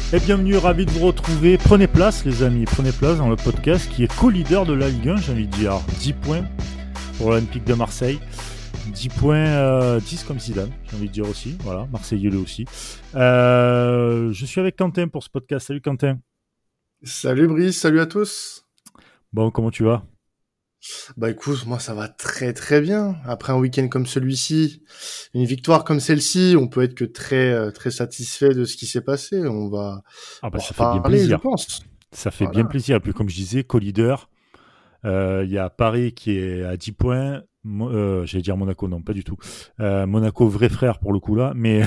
Et bienvenue, ravi de vous retrouver. Prenez place les amis, prenez place dans le podcast qui est co-leader de la Ligue 1, j'ai envie de dire. 10 points pour l'Olympique de Marseille. 10 points, 10 comme Zidane, j'ai envie de dire aussi. Voilà, Marseillais aussi. Je suis avec Quentin pour ce podcast. Salut Quentin. Salut Brice, salut à tous. Bon, comment tu vas ? Bah écoute, moi ça va très très bien. Après un week-end comme celui-ci, une victoire comme celle-ci, on peut être que très très satisfait de ce qui s'est passé. On va ça fait reparler, bien plaisir. je pense. Ça fait bien plaisir. Et puis comme je disais, co-leader, il y a Paris qui est à 10 points. J'allais dire Monaco, non, pas du tout. Monaco, vrai frère pour le coup là, mais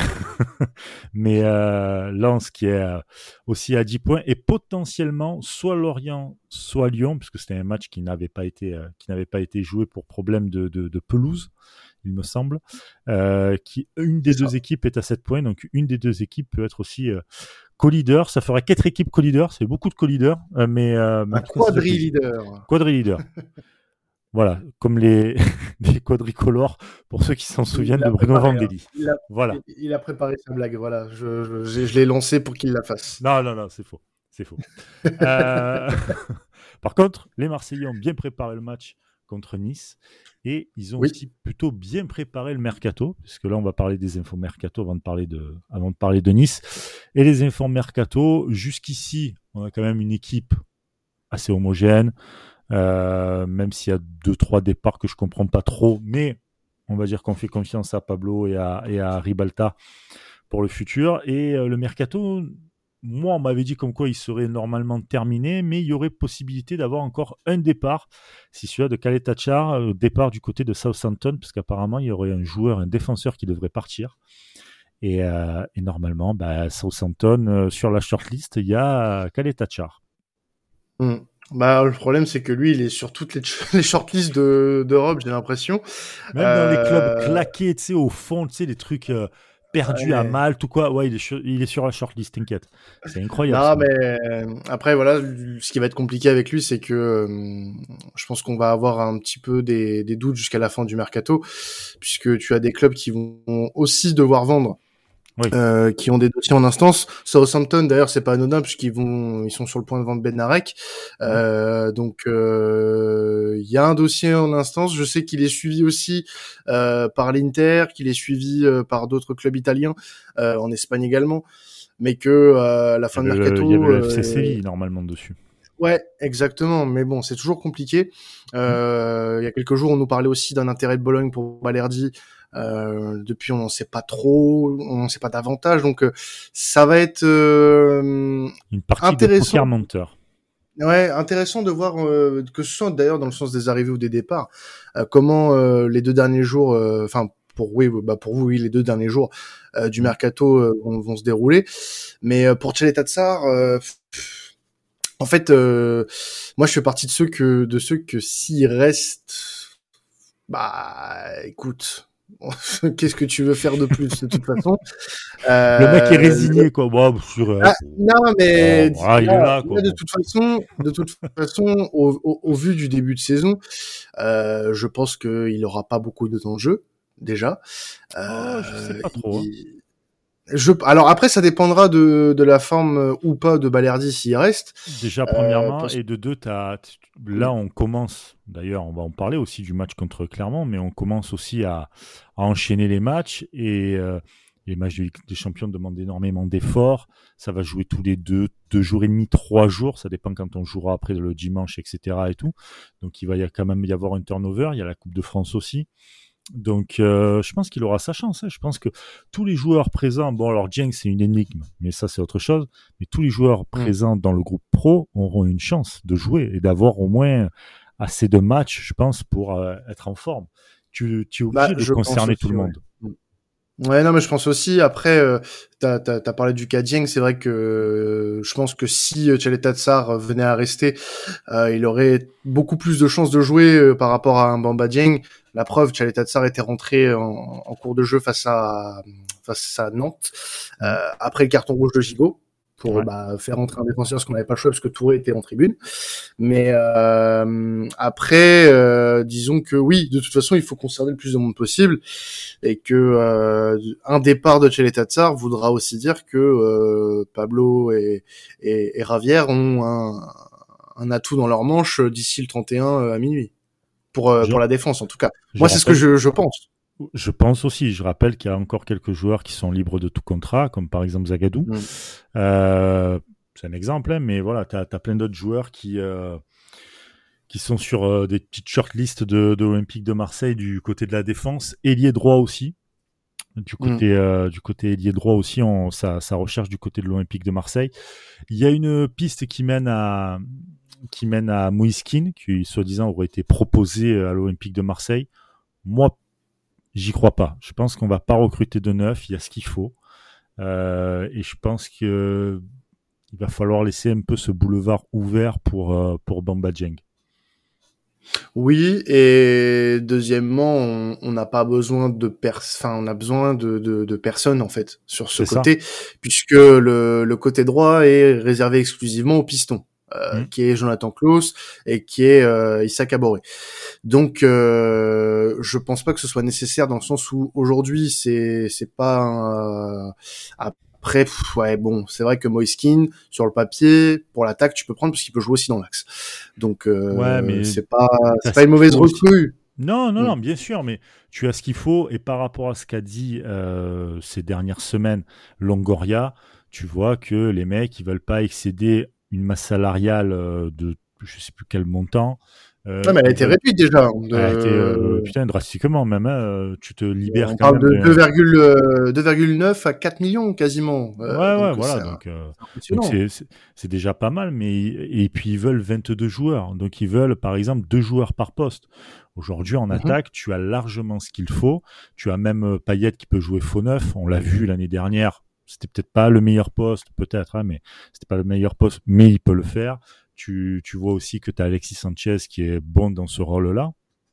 Lens qui est aussi à 10 points et potentiellement soit Lorient, soit Lyon, puisque c'était un match qui n'avait pas été joué pour problème de pelouse, il me semble. Une des deux équipes est à 7 points, donc une des deux équipes peut être aussi co-leader. Ça ferait 4 équipes co-leader, c'est beaucoup de co-leader, mais un quadri-leader. Quadri-leader. Voilà, comme les quadricolores, pour ceux qui s'en souviennent de Bruno Vandelli. Il a préparé sa blague, voilà. Je l'ai lancé pour qu'il la fasse. Non, c'est faux. Par contre, les Marseillais ont bien préparé le match contre Nice et ils ont aussi plutôt bien préparé le mercato, puisque là on va parler des infos mercato avant de parler de Nice. Et les infos mercato, jusqu'ici, on a quand même une équipe assez homogène. Même s'il y a 2-3 départs que je comprends pas trop, mais on va dire qu'on fait confiance à Pablo et à Ribalta pour le futur. Et le mercato, moi on m'avait dit comme quoi il serait normalement terminé, mais il y aurait possibilité d'avoir encore un départ, c'est celui de Khaled Tachar, départ du côté de Southampton, parce qu'apparemment il y aurait un défenseur qui devrait partir. Et normalement, Southampton, sur la shortlist, il y a Khaled Tachar. Bah, le problème, c'est que lui, il est sur toutes les shortlists d'Europe, j'ai l'impression. Même dans les clubs claqués, tu sais, au fond, tu sais, les trucs perdus à Malte ou quoi. Ouais, il est sur la shortlist, t'inquiète. C'est incroyable. Non, mais après, voilà, ce qui va être compliqué avec lui, c'est que je pense qu'on va avoir un petit peu des doutes jusqu'à la fin du mercato, puisque tu as des clubs qui vont aussi devoir vendre. Oui. Qui ont des dossiers en instance. Southampton, d'ailleurs, c'est pas anodin puisqu'ils sont sur le point de vendre Bednarek. Donc, il y a un dossier en instance. Je sais qu'il est suivi aussi par l'Inter, qu'il est suivi par d'autres clubs italiens, en Espagne également, mais que à la fin de mercato, il y avait le FC Séville normalement dessus. Ouais, exactement. Mais bon, c'est toujours compliqué. Il y a quelques jours, on nous parlait aussi d'un intérêt de Bologne pour Balerdi. Depuis, on n'en sait pas trop, on n'en sait pas davantage. Donc, ça va être une partie intéressant. De poker menteur. Ouais, intéressant de voir que ce soit d'ailleurs dans le sens des arrivées ou des départs, comment les 2 derniers jours, pour vous, les 2 derniers jours du mercato vont se dérouler. Mais pour Khaled Tachar, en fait, moi, je fais partie de ceux que s'il reste, écoute, qu'est-ce que tu veux faire de plus de toute façon? Le mec est résigné, quoi. Bon, non, mais il est là, quoi. De toute façon, au vu du début de saison, je pense qu'il aura pas beaucoup de temps de jeu déjà. Je sais pas trop. Alors après, ça dépendra de la forme ou pas de Balerdi s'il reste. Déjà, premièrement, et de deux, là, on commence, d'ailleurs, on va en parler aussi du match contre Clermont, mais on commence aussi à enchaîner les matchs, et les matchs de Ligue des Champions demandent énormément d'efforts. Ça va jouer tous les 2 jours et demi, 3 jours, ça dépend quand on jouera après le dimanche, etc. et tout. Donc, il va quand même y avoir un turnover, il y a la Coupe de France aussi. Donc, je pense qu'il aura sa chance. Je pense que tous les joueurs présents, bon, alors Dieng, c'est une énigme, mais ça, c'est autre chose. Mais tous les joueurs présents dans le groupe pro auront une chance de jouer et d'avoir au moins assez de matchs, je pense, pour être en forme. Tu es obligé de concerner tout le monde. Ouais, non, mais je pense aussi, après, t'as parlé du cas Dieng, c'est vrai que je pense que si Khaled Tachar venait à rester, il aurait beaucoup plus de chances de jouer par rapport à un Bamba Dieng. La preuve, Khaled Tachar était rentré en cours de jeu face à Nantes, après le carton rouge de Gigot, pour faire entrer un défenseur parce qu'on n'avait pas le choix parce que Touré était en tribune. Mais après, disons que oui, de toute façon, il faut conserver le plus de monde possible et que un départ de Tcheletatsar voudra aussi dire que Pablo et Javier ont un atout dans leur manche d'ici le 31 à minuit pour la défense en tout cas. Moi, c'est ce que je pense. Je pense aussi. Je rappelle qu'il y a encore quelques joueurs qui sont libres de tout contrat, comme par exemple Zagadou. C'est un exemple, hein, mais voilà, t'as plein d'autres joueurs qui sont sur des petites shortlists de l'Olympique de Marseille du côté de la défense. Ailier droit aussi. Du côté ailier droit aussi, ça recherche du côté de l'Olympique de Marseille. Il y a une piste qui mène à Moïskine, qui soi-disant aurait été proposé à l'Olympique de Marseille. Moi, j'y crois pas. Je pense qu'on va pas recruter de neuf. Il y a ce qu'il faut. Et je pense que il va falloir laisser un peu ce boulevard ouvert pour Bamba Dieng. Oui, et deuxièmement, on n'a pas besoin on a besoin de personnes en fait sur ce côté, puisque le côté droit est réservé exclusivement aux pistons. Qui est Jonathan Klaus et qui est Issa Kaboré. Donc je pense pas que ce soit nécessaire dans le sens où aujourd'hui c'est pas après bon, c'est vrai que Moïskine sur le papier pour l'attaque tu peux prendre parce qu'il peut jouer aussi dans l'axe. Donc mais c'est pas une mauvaise recrue. Non, bien sûr, mais tu as ce qu'il faut et par rapport à ce qu'a dit ces dernières semaines Longoria, tu vois que les mecs ils veulent pas excéder une masse salariale de je sais plus quel montant. Mais elle a été réduite déjà. Elle a été drastiquement même. Hein, tu te libères on quand même. On parle de 2,9 à 4 millions quasiment. Donc voilà. Donc c'est déjà pas mal. Et puis ils veulent 22 joueurs. Donc ils veulent par exemple 2 joueurs par poste. Aujourd'hui en attaque, tu as largement ce qu'il faut. Tu as même Payet qui peut jouer faux neuf. On l'a vu l'année dernière. C'était peut-être pas le meilleur poste, peut-être, hein, mais c'était pas le meilleur poste, mais il peut le faire. Tu vois aussi que tu as Alexis Sanchez qui est bon dans ce rôle-là.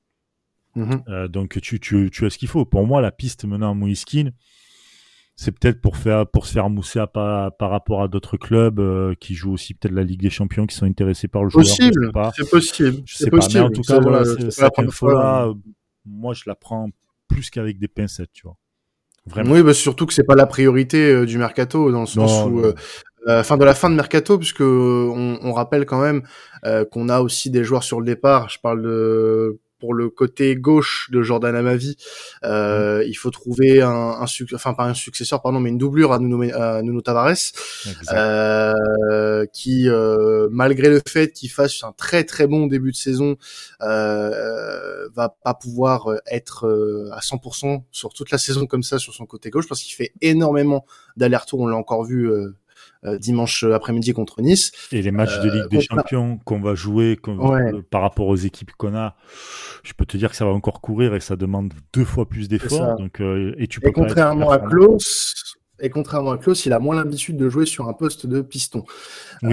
Donc tu as ce qu'il faut. Pour moi, la piste menant à Moïskine, c'est peut-être pour se faire mousser par rapport à d'autres clubs qui jouent aussi peut-être la Ligue des Champions qui sont intéressés par le joueur. C'est possible. Je sais pas, mais en tout cas, voilà, cette info-là, moi, je la prends plus qu'avec des pincettes, tu vois. Vraiment. Oui, surtout que c'est pas la priorité du mercato dans le sens où de la fin de mercato puisque on rappelle quand même qu'on a aussi des joueurs sur le départ. Je parle pour le côté gauche de Jordan Amavi, il faut trouver pas un successeur, pardon, mais une doublure à Nuno Tavares, qui, malgré le fait qu'il fasse un très très bon début de saison, va pas pouvoir être à 100% sur toute la saison comme ça sur son côté gauche parce qu'il fait énormément d'allers-retours. On l'a encore vu dimanche après-midi contre Nice. Et les matchs de Ligue des Champions qu'on va jouer par rapport aux équipes qu'on a, je peux te dire que ça va encore courir et ça demande 2 fois plus d'efforts. Donc, et contrairement à Klaus, il a moins l'habitude de jouer sur un poste de piston. Oui,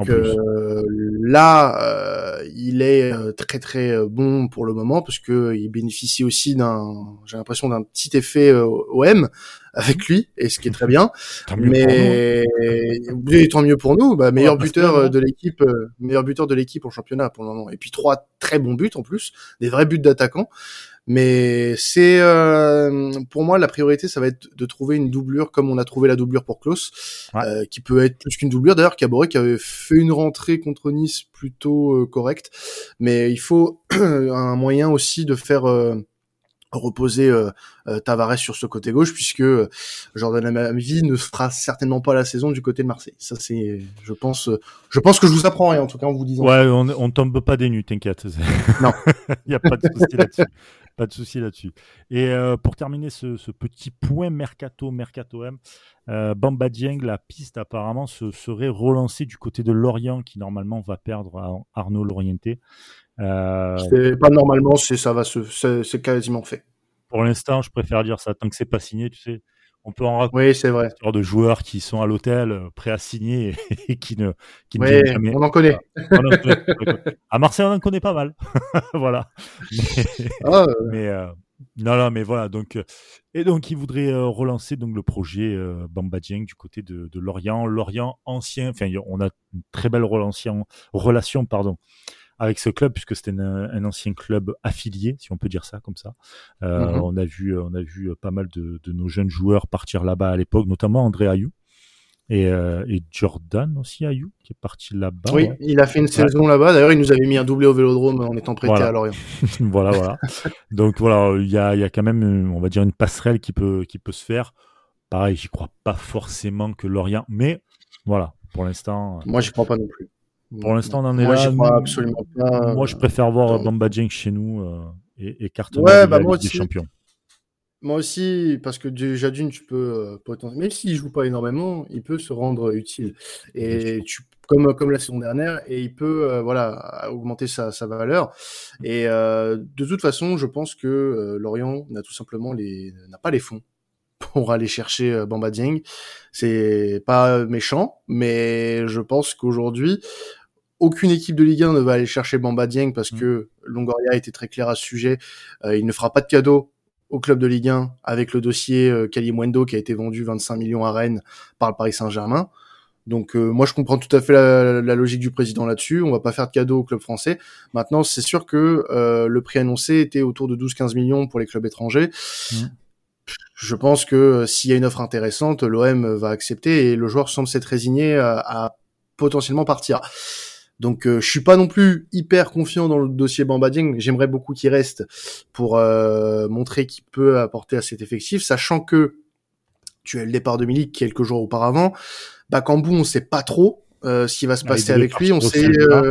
là, il est très très bon pour le moment parce que il bénéficie aussi j'ai l'impression d'un petit effet OM avec lui, et ce qui est très bien. Mais tant mieux pour nous. Meilleur buteur de l'équipe en championnat pour le moment. Et puis 3 très bons buts en plus, des vrais buts d'attaquants. Mais c'est pour moi la priorité, ça va être de trouver une doublure comme on a trouvé la doublure pour Klaus, qui peut être plus qu'une doublure. D'ailleurs, Kaboré qui avait fait une rentrée contre Nice plutôt correcte, mais il faut un moyen aussi de faire reposer Tavares sur ce côté gauche puisque Jordan Amavi ne fera certainement pas la saison du côté de Marseille. Ça c'est, je pense que je vous apprends rien en tout cas en vous disant. Ouais, on tombe pas des nues, t'inquiète. Non, il y a pas de souci là-dessus. Pas de souci là-dessus. Et pour terminer ce petit point mercato M, Bamba Dieng, la piste apparemment serait relancée du côté de Lorient qui normalement va perdre à Arnaud Lorienté. C'est pas normalement, c'est quasiment fait. Pour l'instant, je préfère dire ça tant que c'est pas signé, tu sais. On peut en raconter oui, c'est vrai. Histoire de joueurs qui sont à l'hôtel, prêts à signer et qui ne viennent jamais. On en connaît. À Marseille, on en connaît pas mal. Voilà. Non, mais voilà. Donc, et donc, il voudrait relancer donc le projet Bamba Dieng du côté de Lorient. Lorient ancien, enfin, on a une très belle relation, pardon, avec ce club puisque c'était un ancien club affilié, si on peut dire ça comme ça. Mhm. On a vu pas mal de nos jeunes joueurs partir là-bas à l'époque, notamment André Ayou et Jordan aussi Ayou qui est parti là-bas. Oui, Ouais. il a fait une Ouais. saison là-bas. D'ailleurs, il nous avait mis un doublé au Vélodrome en étant prêté à Voilà. Lorient. Voilà. Donc voilà, il y a quand même, on va dire, une passerelle qui peut se faire. Pareil, j'y crois pas forcément que Lorient, mais voilà, pour l'instant, Moi, j'y crois pas non plus. on en est Moi, j'y là. crois absolument pas. Moi, je préfère voir Donc, Bamba Dieng chez nous et cartonner ouais, avec bah la moi Ligue des aussi. Champions. Moi aussi, parce que déjà d'une, tu peux potentiellement, même s'il joue pas énormément, il peut se rendre utile. Bien Et sûr. comme la saison dernière, et il peut voilà augmenter sa valeur. Et de toute façon, je pense que Lorient n'a tout simplement n'a pas les fonds pour aller chercher Bamba Dieng. C'est pas méchant, mais je pense qu'aujourd'hui, aucune équipe de Ligue 1 ne va aller chercher Bamba Dieng parce Mm. que Longoria était très clair à ce sujet. Il ne fera pas de cadeau au club de Ligue 1 avec le dossier Kalimundo qui a été vendu 25 millions à Rennes par le Paris Saint-Germain. Donc moi je comprends tout à fait la logique du président là-dessus. On va pas faire de cadeau au club français. Maintenant c'est sûr que le prix annoncé était autour de 12-15 millions pour les clubs étrangers. Mm. Je pense que s'il y a une offre intéressante, l'OM va accepter et le joueur semble s'être résigné à potentiellement partir. Donc je suis pas non plus hyper confiant dans le dossier Bamba Dieng. J'aimerais beaucoup qu'il reste pour montrer qu'il peut apporter à cet effectif, sachant que tu as le départ de Milik quelques jours auparavant. Bakambu, on sait pas trop ce qui va se Ah, il passer devait avec lui. partir au Celta.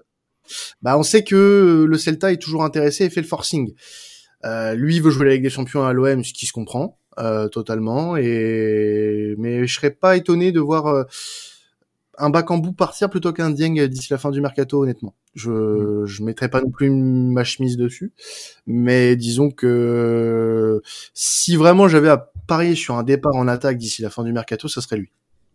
On sait que le Celta est toujours intéressé et fait le forcing. Lui il veut jouer la Ligue des Champions à l'OM, ce qui se comprend totalement. Mais je serais pas étonné de voir un Bakambu partir plutôt qu'un Dieng d'ici la fin du mercato, honnêtement. Mm. Je mettrais pas non plus ma chemise dessus, mais disons que si vraiment j'avais à parier sur un départ en attaque d'ici la fin du mercato, ça serait lui.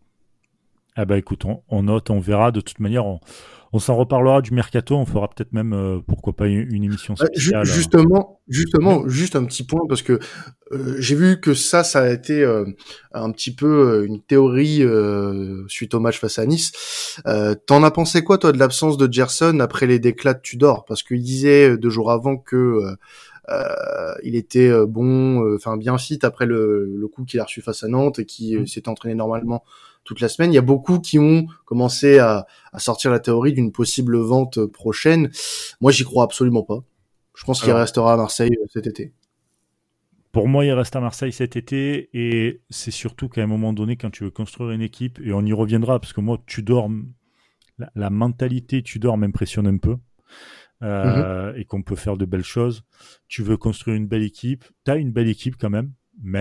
Ah bah écoute, on note, on verra. De toute manière, on s'en reparlera du mercato. On fera peut-être même, pourquoi pas, une émission spéciale. Oui. Juste un petit point parce que j'ai vu que ça a été un petit peu une théorie suite au match face à Nice. T'en as pensé quoi toi de l'absence de Gerson après les déclats de Tudor? Parce qu'il disait 2 jours avant que il était bien fit après le coup qu'il a reçu face à Nantes et qui Mm. s'était entraîné normalement toute la semaine. Il y a beaucoup qui ont commencé à sortir la théorie d'une possible vente prochaine. Moi, j'y crois absolument pas. Je pense qu'il Alors, restera à Marseille cet été. pour moi, il reste à Marseille cet été et c'est surtout qu'à un moment donné, quand tu veux construire une équipe, et on y reviendra, parce que moi, la mentalité Tudor m'impressionne un peu. Mhm. Et qu'on peut faire de belles choses. Tu veux construire une belle équipe, tu as une belle équipe quand même,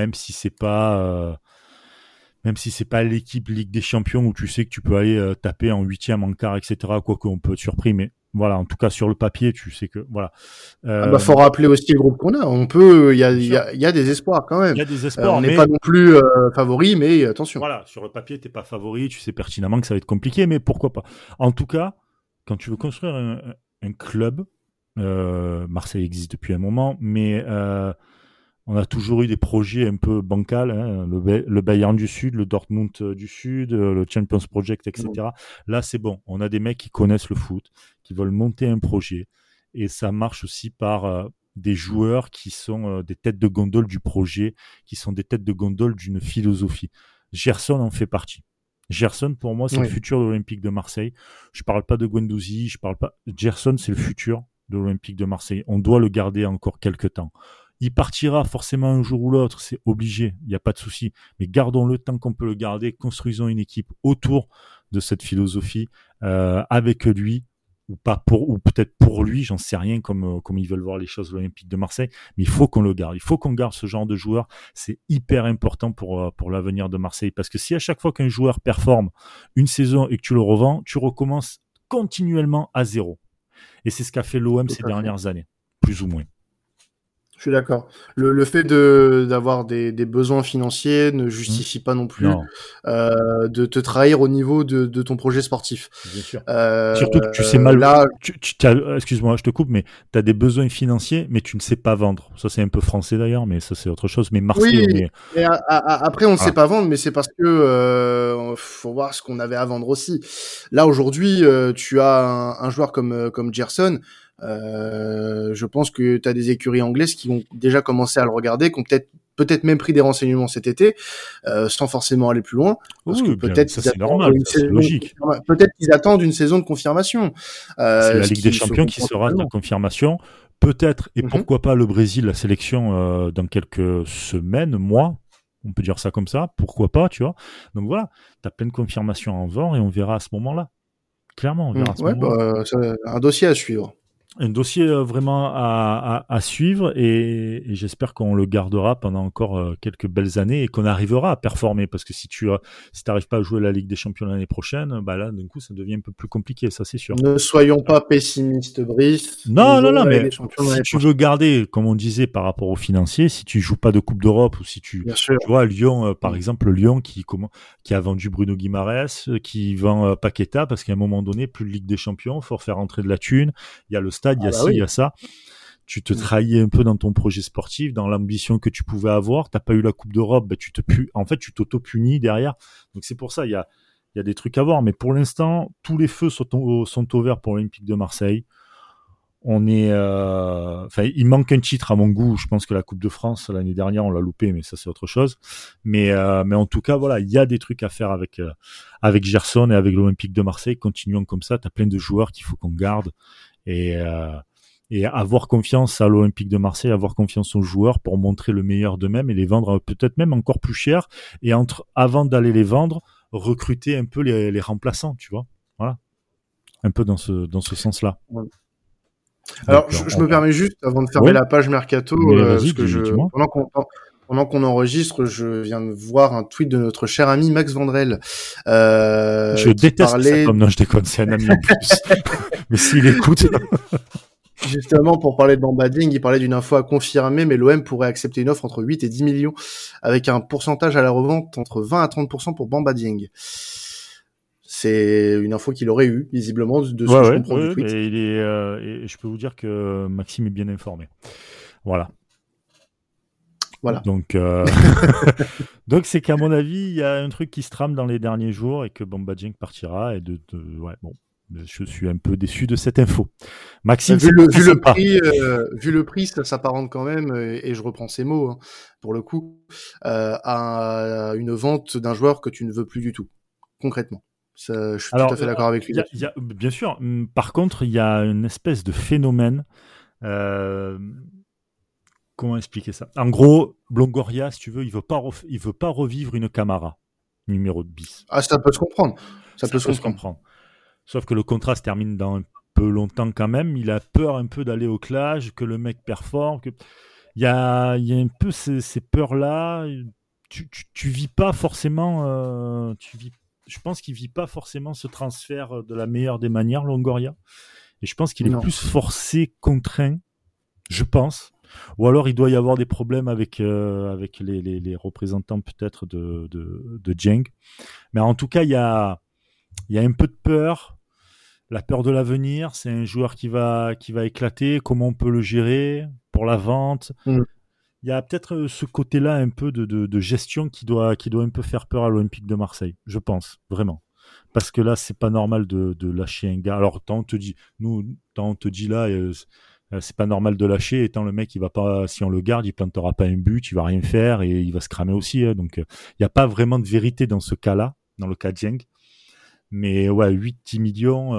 même si c'est pas l'équipe Ligue des Champions où tu sais que tu peux aller taper en huitième, en quart, etc. Quoique on peut être surpris, mais voilà, en tout cas sur le papier, tu sais que voilà. Ah bah Euh, faut rappeler aussi le groupe qu'on a. On peut, Bien sûr, il y a des espoirs quand il même. y a des On espoirs, n'est pas mais non plus favori, mais attention. voilà, sur le papier, t'es pas favori, tu sais pertinemment que ça va être compliqué, mais pourquoi pas. En tout cas, quand tu veux construire un club, Marseille existe depuis un moment, mais on a toujours eu des projets un peu bancals, hein, le Bayern du Sud, le Dortmund du Sud, le Champions Project, Mm. etc. Là, c'est bon. On a des mecs qui connaissent le foot, qui veulent monter un projet. Et ça marche aussi par des joueurs qui sont des têtes de gondole du projet, qui sont des têtes de gondole d'une philosophie. Gerson en fait partie. Gerson, pour moi, c'est le Oui. futur de l'Olympique de Marseille. Je parle pas de Guendouzi, je parle pas. Gerson, c'est le futur de l'Olympique de Marseille. On doit le garder encore quelques temps. Il partira forcément un jour ou l'autre, c'est obligé, il n'y a pas de souci. Mais gardons le temps qu'on peut le garder, construisons une équipe autour de cette philosophie, avec lui, ou peut-être pour lui, j'en sais rien, comme ils veulent voir les choses de l'Olympique de Marseille. Mais il faut qu'on le garde, il faut qu'on garde ce genre de joueur. C'est hyper important pour l'avenir de Marseille. Parce que si à chaque fois qu'un joueur performe une saison et que tu le revends, tu recommences continuellement à zéro. Et c'est ce qu'a fait l'OM Tout ces à fait. dernières années, plus ou moins. Je suis d'accord. Le fait d'avoir des besoins financiers ne justifie pas non plus Non, de te trahir au niveau de ton projet sportif. bien sûr. Surtout que tu sais mal. Là, Excuse-moi, je te coupe, mais tu as des besoins financiers, mais tu ne sais pas vendre. Ça, c'est un peu français d'ailleurs, mais ça, c'est autre chose. Mais Marseille, oui, on est. mais après on ne sait Voilà. pas vendre, mais c'est parce que faut voir ce qu'on avait à vendre aussi. Là aujourd'hui, tu as un joueur comme Gerson. Je pense que tu as des écuries anglaises qui ont déjà commencé à le regarder, qui ont peut-être même pris des renseignements cet été, sans forcément aller plus loin, parce que Oui, bien, peut-être ça qu'ils c'est attendent normal, une ça c'est saison de logique. peut-être qu'ils attendent une saison de confirmation, C'est la ce Ligue des qui se Champions qui comprend sera ta totalement. confirmation. Peut-être, et Mhm. pourquoi pas le Brésil, la sélection dans quelques semaines, mois, on peut dire ça comme ça, pourquoi pas, tu vois. Donc voilà, tu as plein de confirmations en vent et on verra à ce moment-là. Clairement, on verra à ce Ouais, moment-là. bah, un dossier à suivre. Un dossier vraiment à suivre et j'espère qu'on le gardera pendant encore quelques belles années et qu'on arrivera à performer parce que si t'arrives pas à jouer la Ligue des Champions l'année prochaine, bah là d'un coup ça devient un peu plus compliqué, ça c'est sûr. Ne soyons pas pessimistes, Brice. Nous Non, non, aurons non, la Ligue mais des Champions si l'année tu veux prochaine. garder, comme on disait par rapport aux financiers, si tu joues pas de Coupe d'Europe ou si Bien sûr. tu vois, Lyon, par Mm. exemple, Lyon qui a vendu Bruno Guimaraes, qui vend Paqueta, parce qu'à un moment donné, plus de Ligue des Champions, faut faire rentrer de la thune, il y a le stade, il y Ah a bah ci, il y oui. a ça. Tu te Mm. trahis un peu dans ton projet sportif, dans l'ambition que tu pouvais avoir, t'as pas eu la Coupe d'Europe, bah, en fait, tu t'auto-punis derrière. Donc c'est pour ça, il y a des trucs à voir, mais pour l'instant, tous les feux sont au vert pour l'Olympique de Marseille. Il manque un titre à mon goût. Je pense que la Coupe de France l'année dernière on l'a loupé, mais ça c'est autre chose. Mais en tout cas voilà, il y a des trucs à faire avec Gerson et avec l'Olympique de Marseille. Continuons comme ça. T'as plein de joueurs qu'il faut qu'on garde et euh, et avoir confiance à l'Olympique de Marseille, avoir confiance aux joueurs pour montrer le meilleur d'eux-mêmes et les vendre peut-être même encore plus cher. Et avant d'aller les vendre, recruter un peu les remplaçants, tu vois. Voilà, un peu dans ce sens-là. Ouais. Donc Alors, je on me verra. permets juste, avant de fermer Ouais. la page mercato, Mais parce vas-y, que dis-moi. pendant qu'on enregistre, je viens de voir un tweet de notre cher ami Max Vandrel, Je qui déteste cet parlait homme. Non, je déconne, c'est un ami en plus. Mais s'il écoute, justement pour parler de Bamba Dieng, il parlait d'une info à confirmer, mais l'OM pourrait accepter une offre entre 8 et 10 millions, avec un pourcentage à la revente entre 20 à 30% pour Bamba Dieng. C'est une info qu'il aurait eue, visiblement, de ce que je ouais, comprends du ouais, tweet. mais et je peux vous dire que Maxime est bien informé. Voilà. Voilà. Donc, donc c'est qu'à mon avis, il y a un truc qui se trame dans les derniers jours et que Bamba Dieng partira et ouais, bon. Je suis un peu déçu de cette info. Maxime, c'est pas très sympa. Vu le prix, ça s'apparente quand même, et je reprends ces mots, hein, pour le coup, à une vente d'un joueur que tu ne veux plus du tout, concrètement. Ça, je suis tout Alors, à fait d'accord avec lui là-dessus. bien sûr, par contre, il y a une espèce de phénomène. euh, Comment expliquer ça? En gros, Longoria, si tu veux, il veut pas revivre une Camara numéro de bis. Ah, ça peut se comprendre. Ça Ça peut se peut se comprendre. comprendre. Sauf que le contrat se termine dans un peu longtemps quand même. Il a peur un peu d'aller au clash, que le mec performe. Il y a un peu ces peurs-là. Tu vis pas forcément. Je pense qu'il vit pas forcément ce transfert de la meilleure des manières, Longoria. Et je pense qu'il est Non. plus forcé, contraint, je pense. Ou alors il doit y avoir des problèmes avec les représentants peut-être de Dieng. Mais en tout cas, il y a un peu de peur, la peur de l'avenir. C'est un joueur qui va éclater. Comment on peut le gérer pour la vente? Mm. Il y a peut-être ce côté-là un peu de gestion qui doit un peu faire peur à l'Olympique de Marseille, je pense, vraiment. Parce que là, c'est pas normal de lâcher un gars. Alors, tant on te dit là, c'est pas normal de lâcher. Et tant le mec, il va pas, si on le garde, il plantera pas un but, il va rien faire et il va se cramer aussi. Hein. Donc, il n'y a pas vraiment de vérité dans ce cas-là, dans le cas de Dieng. Mais ouais, 8-10 millions,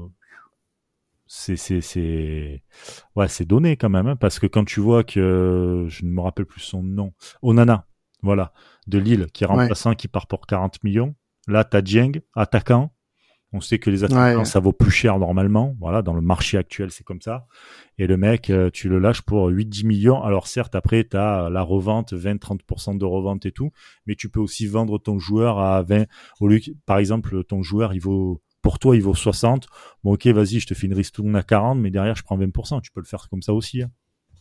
ouais, c'est donné quand même, hein, parce que quand tu vois que, je ne me rappelle plus son nom, Onana, voilà, de Lille, qui est Ouais. remplaçant, qui part pour 40 millions. Là, t'as Dieng, attaquant. On sait que les attaquants, Ouais. ça vaut plus cher normalement. Voilà, dans le marché actuel, c'est comme ça. Et le mec, tu le lâches pour 8-10 millions. Alors certes, après, tu as la revente, 20-30% de revente et tout. Mais tu peux aussi vendre ton joueur à 20. Par exemple, ton joueur, pour toi, il vaut 60. Bon, ok, vas-y, je te fais une ristourne à 40, mais derrière, je prends 20%. Tu peux le faire comme ça aussi. Hein.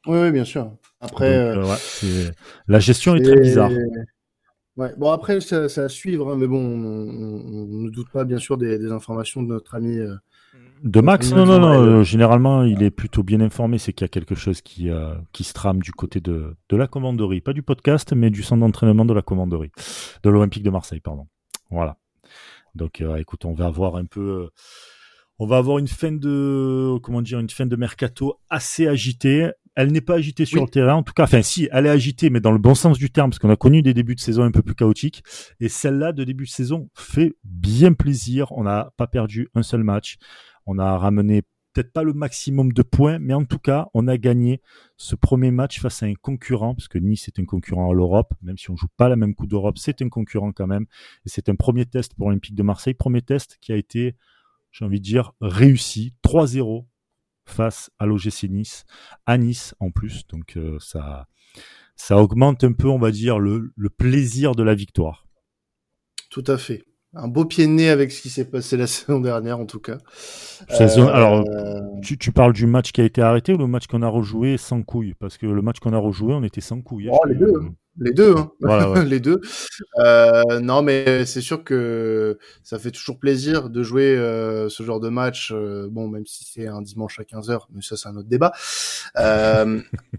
Oui, bien sûr. Après, Donc, la gestion est très bizarre. Ouais. Bon, après, c'est à suivre, hein, mais bon, on ne doute pas, bien sûr, des informations de De notre ami Max, non, Max non, Van non. Riel. Généralement, il est plutôt bien informé. C'est qu'il y a quelque chose qui se trame du côté de la commanderie. Pas du podcast, mais du centre d'entraînement de la commanderie. De l'Olympique de Marseille, pardon. Voilà. Donc, écoute, on va avoir un peu. On va avoir une fin de mercato assez agitée. Elle n'est pas agitée sur le Oui, terrain, en tout cas. Enfin, si, elle est agitée, mais dans le bon sens du terme, parce qu'on a connu des débuts de saison un peu plus chaotiques. Et celle-là, de début de saison, fait bien plaisir. On n'a pas perdu un seul match. On a ramené peut-être pas le maximum de points, mais en tout cas, on a gagné ce premier match face à un concurrent, parce que Nice est un concurrent à l'Europe, même si on joue pas la même coupe d'Europe, c'est un concurrent quand même. Et c'est un premier test pour l'Olympique de Marseille, premier test qui a été, j'ai envie de dire, réussi, 3-0 face à l'OGC Nice, à Nice en plus. Donc ça augmente un peu, on va dire, le plaisir de la victoire. tout à fait. Un beau pied de nez avec ce qui s'est passé la saison dernière, en tout cas. Alors, Euh, tu parles du match qui a été arrêté ou le match qu'on a rejoué sans couilles? Parce que le match qu'on a rejoué, on était sans couilles. oh, les deux, hein. Les deux, Ouais. hein. Voilà, ouais. Les deux. Non, mais c'est sûr que ça fait toujours plaisir de jouer ce genre de match. Bon, même si c'est un dimanche à 15h, mais ça, c'est un autre débat. Euh,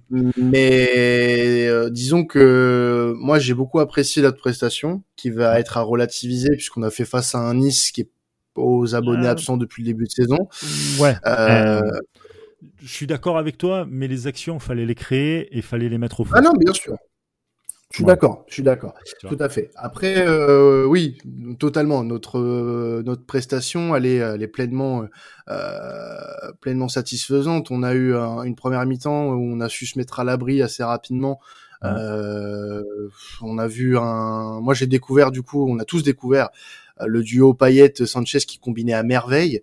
mais disons que moi, j'ai beaucoup apprécié notre prestation, qui va Ouais. être à relativiser, puisqu'on a fait face à un Nice qui est aux abonnés absents depuis le début de saison. Ouais. Euh, Je suis d'accord avec toi, mais les actions, fallait les créer et fallait les mettre au Ah fond. non, bien sûr. Voilà. Je suis d'accord, Tu vois. tout à fait. Après, oui, totalement. Notre prestation, elle est pleinement satisfaisante. On a eu une première mi-temps où on a su se mettre à l'abri assez rapidement. Ouais. Euh, on a vu moi j'ai découvert du coup, on a tous découvert le duo Payet-Sanchez qui combinait à merveille.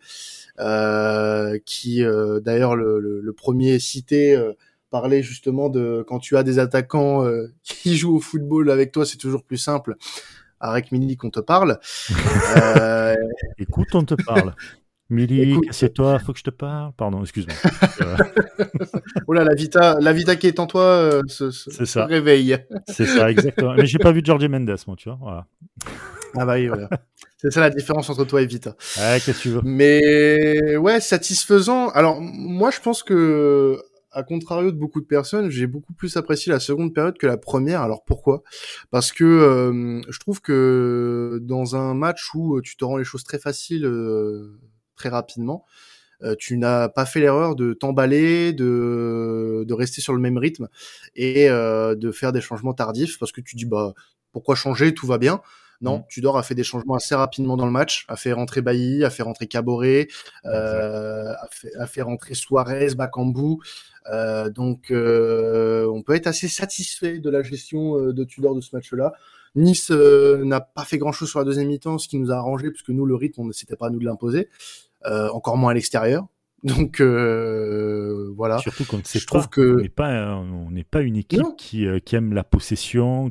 Qui d'ailleurs le premier cité. Parlait justement de quand tu as des attaquants qui jouent au football avec toi, c'est toujours plus simple. Avec Milik, qu'on te parle. Euh, Écoute, on te parle. Milik, Écoute, c'est toi, faut que je te parle. Pardon, excuse-moi. Euh, oh là, la Vita qui est en toi c'est se ça. réveille. C'est ça, exactement. Mais j'ai pas vu Jorge Mendes, moi, tu vois. Voilà. Ah bah oui, voilà. C'est ça la différence entre toi et Vita. Qu'est-ce que tu veux? Mais ouais, satisfaisant. Alors moi, je pense que à contrario de beaucoup de personnes, j'ai beaucoup plus apprécié la seconde période que la première. Alors pourquoi? Parce que je trouve que dans un match où tu te rends les choses très faciles très rapidement, tu n'as pas fait l'erreur de t'emballer, de rester sur le même rythme et de faire des changements tardifs parce que tu dis bah pourquoi changer, tout va bien. Hmm. Non, Tudor a fait des changements assez rapidement dans le match, a fait rentrer Bailly, a fait rentrer Caboret, Exact. a fait rentrer Suarez, Bakambu. Donc on peut être assez satisfait de la gestion de Tudor de ce match-là. Nice n'a pas fait grand-chose sur la deuxième mi-temps, ce qui nous a arrangé puisque nous le rythme, c'était pas à nous de l'imposer, encore moins à l'extérieur. Donc voilà, Surtout qu'on ne sait je trouve pas. On que n'est pas une équipe non, qui aime la possession,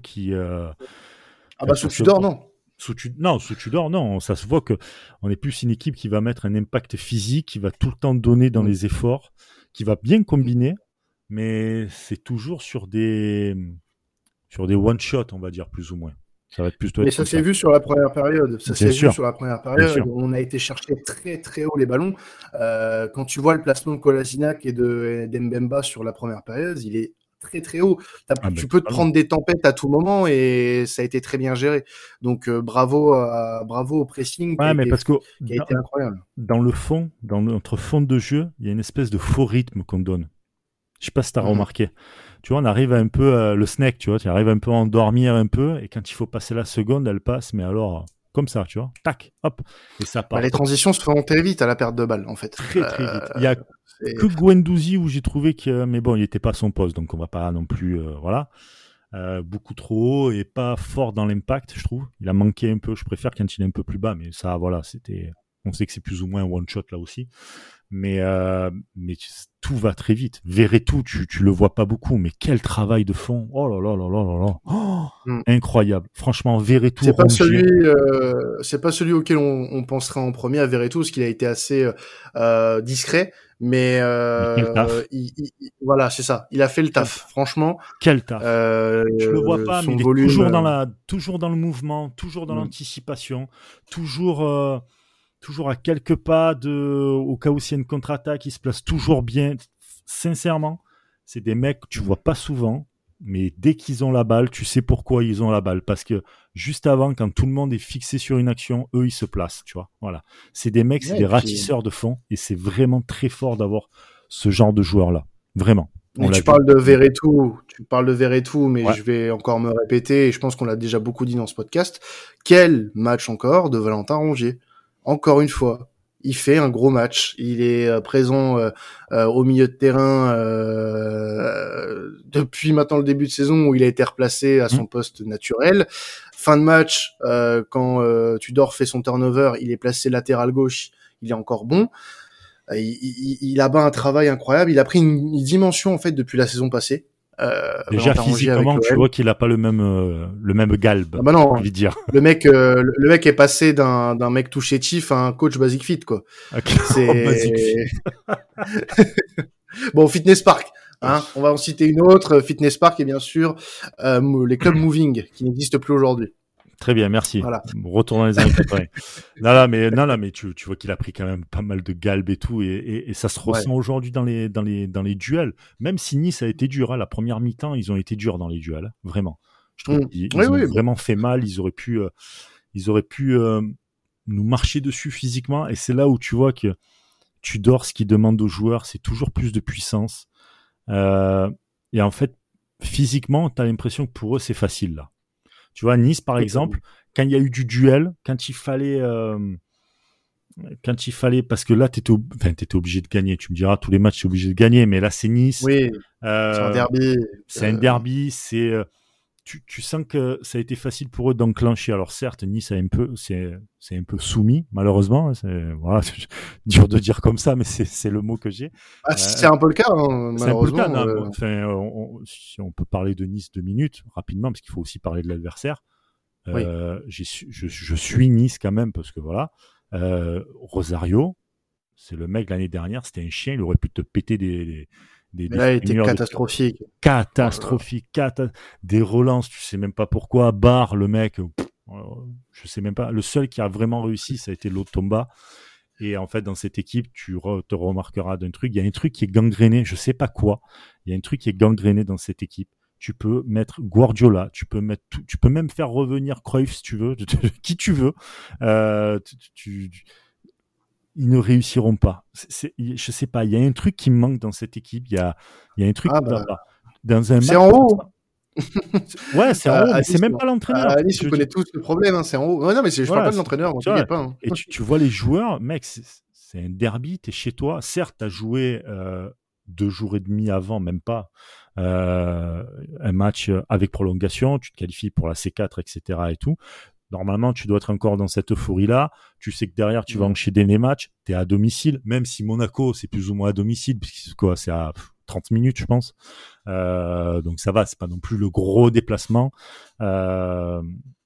ah bah sous pour se Tudor non. non, sous Tudor, non. Ça se voit que on est plus une équipe qui va mettre un impact physique, qui va tout le temps donner dans Mm. les efforts, qui va bien combiner, mais c'est toujours sur des one shot, on va dire plus ou moins. Ça va plutôt Mais être ça comme s'est ça. vu sur la première période. Ça Bien s'est vu sûr, sur la première bien période. sûr. On a été chercher très très haut les ballons. Quand tu vois le placement de Kolasinac et de d'Mbemba sur la première période, il est très très haut. Ah ben Tu peux te totalement. prendre des tempêtes à tout moment et ça a été très bien géré. Donc bravo au pressing Ouais, mais parce que qui a été incroyable. dans le fond, dans notre fond de jeu, il y a une espèce de faux rythme qu'on donne. Je sais pas si tu as Mhm. remarqué. Tu vois, on arrive à un peu le snack, tu vois, tu arrives un peu à endormir un peu, et quand il faut passer la seconde, elle passe, mais alors, comme ça, tu vois, tac, hop, et ça Bah, part. les transitions se font très vite à la perte de balle en fait. Très très vite. Il y a C'est- que Guendouzi où j'ai trouvé que, mais bon, il était pas à son poste, donc on va pas non plus, voilà, beaucoup trop haut et pas fort dans l'impact, je trouve. Il a manqué un peu. Je préfère quand il est un peu plus bas, mais ça, voilà, c'était, on sait que c'est plus ou moins un one shot là aussi. mais tout va très vite. Verretou, tu le vois pas beaucoup, mais quel travail de fond. Oh là là là là là là. Oh, incroyable. Franchement, Verretou, c'est pas celui auquel on penserait en premier à Verretou, parce qu'il a été assez discret, mais quel taf. voilà, c'est ça. Il a fait le taf, franchement. Quel taf. Tu le vois pas, mais il est volume, toujours dans le mouvement, toujours dans l'anticipation, toujours à quelques pas au cas où s'il y a une contre-attaque, il se place toujours bien. Sincèrement, c'est des mecs que tu vois pas souvent, mais dès qu'ils ont la balle, tu sais pourquoi ils ont la balle. Parce que juste avant, quand tout le monde est fixé sur une action, eux, ils se placent, tu vois. Voilà. C'est des mecs, c'est des ratisseurs de fond, et c'est vraiment très fort d'avoir ce genre de joueurs-là. Vraiment. Tu parles de Verretou, mais je vais encore me répéter, et je pense qu'on l'a déjà beaucoup dit dans ce podcast. Quel match encore de Valentin Rongier? Encore une fois, il fait un gros match. Il est présent au milieu de terrain depuis maintenant le début de saison où il a été replacé à son poste naturel. Fin de match, quand Tudor fait son turnover, il est placé latéral gauche. Il est encore bon. Il abat un travail incroyable. Il a pris une dimension en fait depuis la saison passée. Déjà physiquement, tu vois qu'il a pas le même galbe. Ah bah non, envie de dire. le mec est passé d'un mec tout chétif à un coach Basic Fit quoi. Okay. C'est Basic Fit. Bon, Fitness Park. Hein, on va en citer une autre, Fitness Park et bien sûr les clubs moving qui n'existent plus aujourd'hui. Très bien, merci. Voilà. Retournons les années 80. non, mais tu vois qu'il a pris quand même pas mal de galbe et tout, et ça se ressent aujourd'hui dans les duels. Même si Nice a été dur, hein, la première mi-temps, ils ont été durs dans les duels, vraiment. Je trouve qu'ils ont vraiment fait mal. Ils auraient pu nous marcher dessus physiquement, et c'est là où tu vois que Tudor, ce qu'il demande aux joueurs, c'est toujours plus de puissance. Et en fait, physiquement, t'as l'impression que pour eux, c'est facile là. Tu vois, Nice, par exemple, quand il y a eu du duel, quand il fallait, parce que là, t'étais obligé de gagner. Tu me diras, tous les matchs, t'es obligé de gagner, mais là, c'est Nice. Oui, c'est un derby. C'est un derby, tu sens que ça a été facile pour eux d'enclencher. Alors certes, Nice c'est un peu soumis, malheureusement. Voilà, c'est dur de dire comme ça, mais c'est le mot que j'ai. C'est un peu le cas, hein, malheureusement. C'est un peu le cas. Si on peut parler de Nice 2 minutes rapidement, parce qu'il faut aussi parler de l'adversaire. Je suis Nice quand même, parce que voilà, Rosario, c'est le mec l'année dernière, c'était un chien, il aurait pu te péter là, il était catastrophique. Des relances, tu sais même pas pourquoi. Barre, le mec, je sais même pas. Le seul qui a vraiment réussi, ça a été Lotomba. Et en fait, dans cette équipe, tu te remarqueras d'un truc. Il y a un truc qui est gangréné, je sais pas quoi. Il y a un truc qui est gangréné dans cette équipe. Tu peux mettre Guardiola, tu peux même faire revenir Cruyff si tu veux, qui tu veux. Ils ne réussiront pas. Je sais pas, il y a un truc qui me manque dans cette équipe. Il y a un truc dans un c'est en haut. Ouais, c'est en haut, mais c'est même pas l'entraîneur. Alice, tu connais tous le problème, hein, c'est en haut. Non, mais je parle pas de l'entraîneur, on t'inquiète pas. Hein. Et tu vois les joueurs, mec, c'est un derby, t'es chez toi. Certes, t'as joué 2 jours et demi avant, même pas, un match avec prolongation, tu te qualifies pour la C4, etc. et tout. Normalement, tu dois être encore dans cette euphorie-là. Tu sais que derrière, tu vas enchaîner les matchs. Tu es à domicile, même si Monaco, c'est plus ou moins à domicile, puisque c'est à 30 minutes, je pense. Donc ça va, c'est pas non plus le gros déplacement. Là,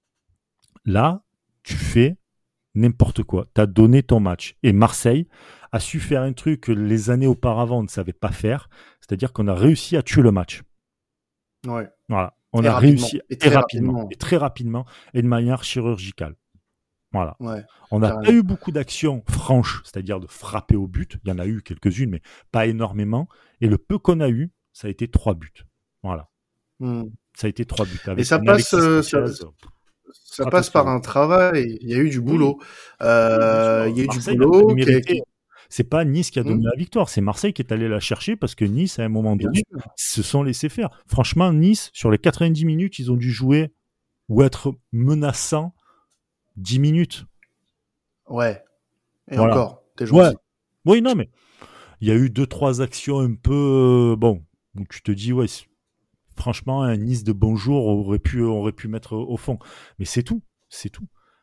tu fais n'importe quoi. Tu as donné ton match. Et Marseille a su faire un truc que les années auparavant, on ne savait pas faire. C'est-à-dire qu'on a réussi à tuer le match. Ouais. Voilà. On a réussi très rapidement et de manière chirurgicale. Voilà. Ouais, on n'a pas eu beaucoup d'actions franches, c'est-à-dire de frapper au but. Il y en a eu quelques-unes, mais pas énormément. Et le peu qu'on a eu, ça a été 3 buts. Voilà. Ça a été 3 buts. Et ça passe par un travail. Il y a eu du boulot. Il y a eu du boulot. C'est pas Nice qui a donné la victoire, c'est Marseille qui est allé la chercher parce que Nice, à un moment donné, se sont laissés faire. Franchement, Nice, sur les 90 minutes, ils ont dû jouer ou être menaçants 10 minutes. Ouais. Et voilà. Encore, t'es gentil. Ouais. Oui, non, mais il y a eu 2-3 actions un peu... où tu te dis, ouais, franchement, un Nice de bonjour aurait pu mettre au fond. Mais c'est tout.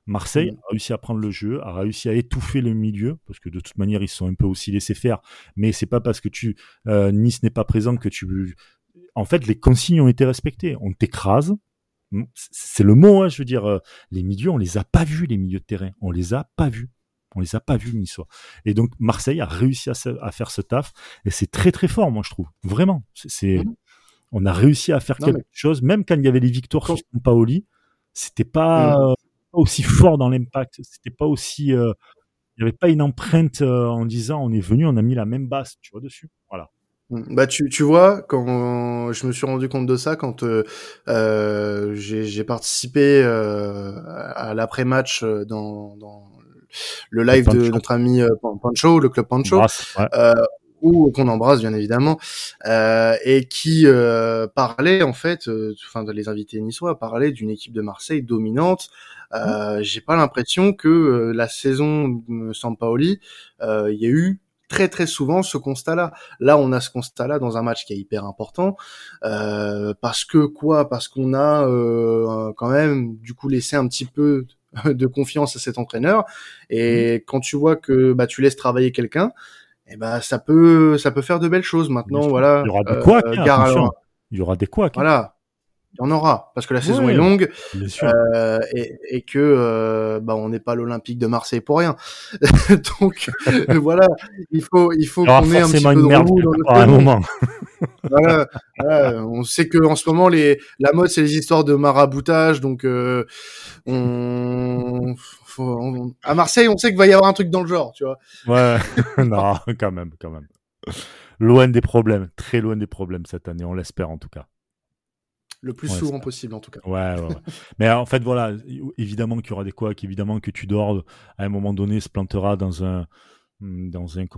Marseille a réussi à prendre le jeu, a réussi à étouffer le milieu, parce que de toute manière, ils se sont un peu aussi laissés faire, mais c'est pas parce que Nice n'est pas présent que en fait, les consignes ont été respectées. On t'écrase. C'est le mot, hein, je veux dire, les milieux, on les a pas vus, les milieux de terrain. On les a pas vus, niçois. Et donc, Marseille a réussi à faire ce taf, et c'est très très fort, moi, je trouve. Vraiment. On a réussi à faire quelque chose, même quand il y avait les victoires sur Sampaoli, c'était pas aussi fort dans l'impact, c'était pas aussi, il n'y avait pas une empreinte en disant on est venu, on a mis la même base, tu vois, dessus. Voilà. Bah tu vois, quand je me suis rendu compte de ça, quand j'ai participé à l'après-match dans le live de notre ami Pancho, le club Pancho, ou qu'on embrasse bien évidemment, et qui parlait en fait, enfin les invités niçois parlaient d'une équipe de Marseille dominante. J'ai pas l'impression que la saison Sampaoli, il y a eu très très souvent ce constat-là. Là, on a ce constat-là dans un match qui est hyper important, parce qu'on a quand même du coup laissé un petit peu de confiance à cet entraîneur. Et quand tu vois que tu laisses travailler quelqu'un, et ça peut faire de belles choses. Maintenant, voilà. Il y aura des couacs, attention. Il y aura des couacs. Voilà. Il y en aura, parce que la saison est longue, et que on n'est pas l'Olympique de Marseille pour rien. Donc voilà, il faut qu'on ait un petit peu de remous dans notre à un moment. voilà, on sait que en ce moment la mode c'est les histoires de maraboutage, donc à Marseille on sait qu'il va y avoir un truc dans le genre, tu vois. Ouais, non, quand même. Loin des problèmes, très loin des problèmes cette année, on l'espère en tout cas. Le plus souvent possible, en tout cas. Ouais. Mais en fait, voilà, évidemment qu'il y aura des couacs, évidemment que Tudor, à un moment donné, se plantera dans une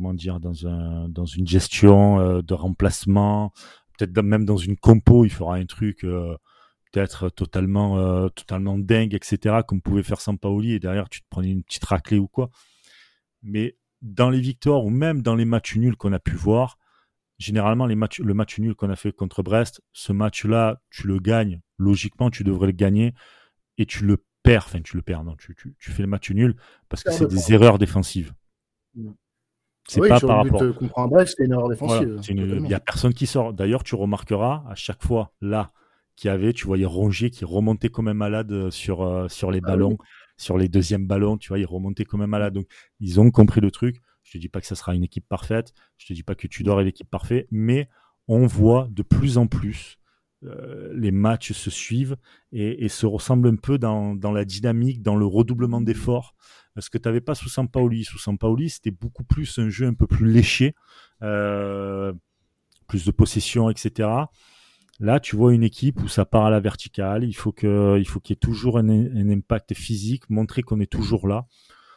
gestion de remplacement, peut-être même dans une compo, il fera un truc peut-être totalement dingue, etc., comme pouvait faire Sampaoli, et derrière, tu te prenais une petite raclée ou quoi. Mais dans les victoires, ou même dans les matchs nuls qu'on a pu voir, généralement, le match nul qu'on a fait contre Brest, ce match-là, tu le gagnes. Logiquement, tu devrais le gagner et tu le perds. Enfin, tu le perds, non. Tu fais le match nul parce que c'est des erreurs défensives. C'est pas sur par le but rapport. contre un Brest, c'est une erreur défensive. Il n'y a personne qui sort. D'ailleurs, tu remarqueras à chaque fois là tu voyais Rongier qui remontait comme un malade sur les ballons, sur les deuxièmes ballons. Tu vois, il remontait comme un malade. Donc, ils ont compris le truc. Je te dis pas que ça sera une équipe parfaite. Je te dis pas que Tudor est l'équipe parfaite, mais on voit de plus en plus les matchs se suivent et se ressemblent un peu dans la dynamique, dans le redoublement d'efforts. Ce que tu n'avais pas sous Sampaoli. Sous Sampaoli, c'était beaucoup plus un jeu un peu plus léché, plus de possession, etc. Là, tu vois une équipe où ça part à la verticale. Il faut qu'il y ait toujours un impact physique, montrer qu'on est toujours là.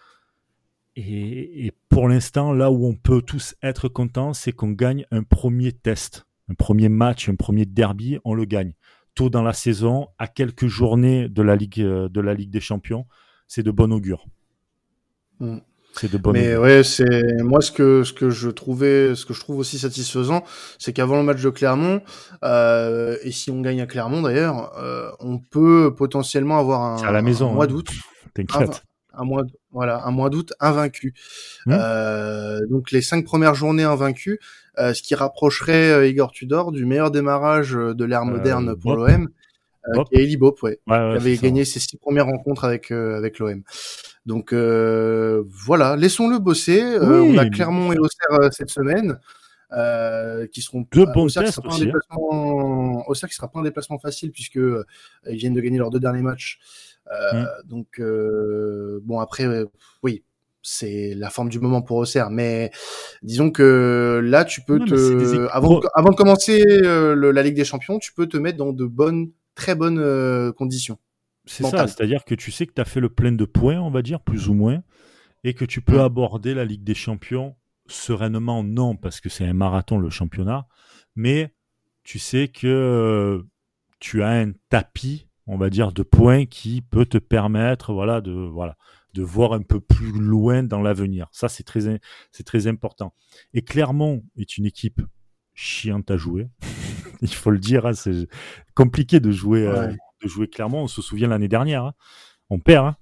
Et pour l'instant, là où on peut tous être contents, c'est qu'on gagne un premier test, un premier match, un premier derby, on le gagne. Tôt dans la saison, à quelques journées de la Ligue des Champions, c'est de bon augure. C'est de bon augure. Ouais, c'est moi ce que je trouve aussi satisfaisant, c'est qu'avant le match de Clermont, et si on gagne à Clermont d'ailleurs, on peut potentiellement avoir un mois d'août. T'inquiète. Un mois d'août invaincu. Donc les 5 premières journées invaincues, ce qui rapprocherait Igor Tudor du meilleur démarrage de l'ère moderne pour l'OM, qui est Eli Bopp, qui avait gagné ses 6 premières rencontres avec l'OM. Donc voilà, laissons-le bosser. On a Clermont et Auxerre cette semaine, qui seront deux bons tests aussi. Auxerre qui sera pas un déplacement facile puisque ils viennent de gagner leurs 2 derniers matchs. Donc bon après oui, c'est la forme du moment pour Auxerre, mais disons que là tu peux avant de commencer la Ligue des Champions, tu peux te mettre dans de très bonnes conditions. C'est ça, c'est-à-dire que tu sais que tu as fait le plein de points, on va dire, plus ou moins, et que tu peux aborder la Ligue des Champions sereinement, non, parce que c'est un marathon le championnat, mais tu sais que tu as un tapis, on va dire, de points qui peut te permettre de voir un peu plus loin dans l'avenir. Ça, c'est très important. Et Clermont est une équipe chiante à jouer. Il faut le dire, hein, c'est compliqué de jouer Clermont. On se souvient l'année dernière. On perd.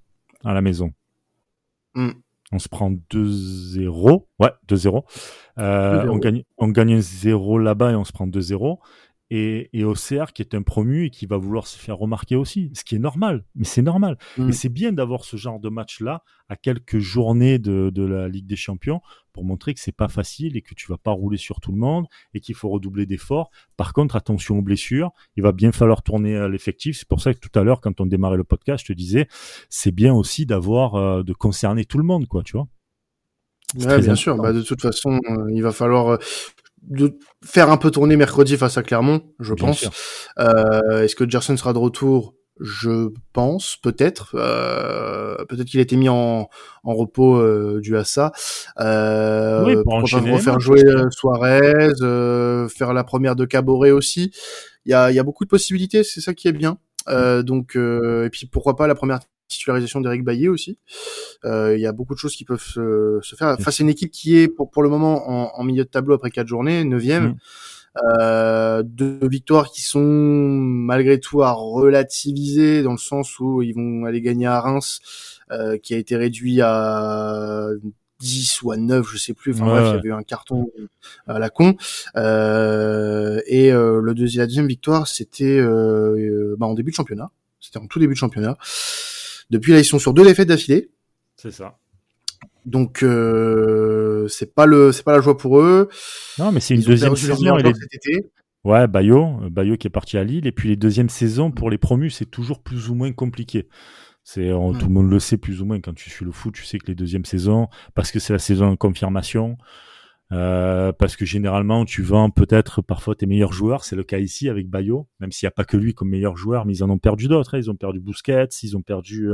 à la maison. Mm. On se prend 2-0. Ouais, 2-0. 2-0. On gagne un 0 là-bas et on se prend 2-0. Et Auxerre, qui est un promu et qui va vouloir se faire remarquer aussi, ce qui est normal, mais c'est normal. Et c'est bien d'avoir ce genre de match-là à quelques journées de la Ligue des Champions pour montrer que c'est pas facile et que tu vas pas rouler sur tout le monde et qu'il faut redoubler d'efforts. Par contre, attention aux blessures, il va bien falloir tourner à l'effectif. C'est pour ça que tout à l'heure, quand on démarrait le podcast, je te disais, c'est bien aussi d'avoir, de concerner tout le monde, quoi, tu vois. Ouais, bien sûr. Bah, de toute façon, il va falloir de faire un peu tourner mercredi face à Clermont, je Bien pense. sûr. Est-ce que Gerson sera de retour? Je pense, peut-être. Peut-être qu'il a été mis en repos dû à ça. Oui, pour Pourquoi pas enchaîner les refaire matchs jouer aussi, hein. Suarez, faire la première de Caboret aussi. Il y a beaucoup de possibilités, c'est ça qui est bien. Donc, et puis pourquoi pas la première titularisation d'Eric Bailly aussi. Il y a beaucoup de choses qui peuvent se faire face à une équipe qui est pour le moment en milieu de tableau après 4 journées, 9e. 2 victoires qui sont malgré tout à relativiser dans le sens où ils vont aller gagner à Reims, qui a été réduit à 10 ou à 9, je sais plus. Enfin bref, il y avait eu un carton à la con. Et la deuxième victoire, c'était en début de championnat. C'était en tout début de championnat. Depuis là, ils sont sur 2 défaites d'affilée. C'est ça. Donc c'est pas la joie pour eux. Non, mais c'est une deuxième saison. Cet été. Ouais, Bayo qui est parti à Lille. Et puis les deuxièmes saisons pour les promus, c'est toujours plus ou moins compliqué. Tout le monde le sait plus ou moins quand tu suis le foot, tu sais que les deuxièmes saisons, parce que c'est la saison en confirmation, parce que généralement tu vends peut-être parfois tes meilleurs joueurs. C'est le cas ici avec Bayo, même s'il n'y a pas que lui comme meilleur joueur, mais ils en ont perdu d'autres. Hein. Ils ont perdu Busquets, ils ont perdu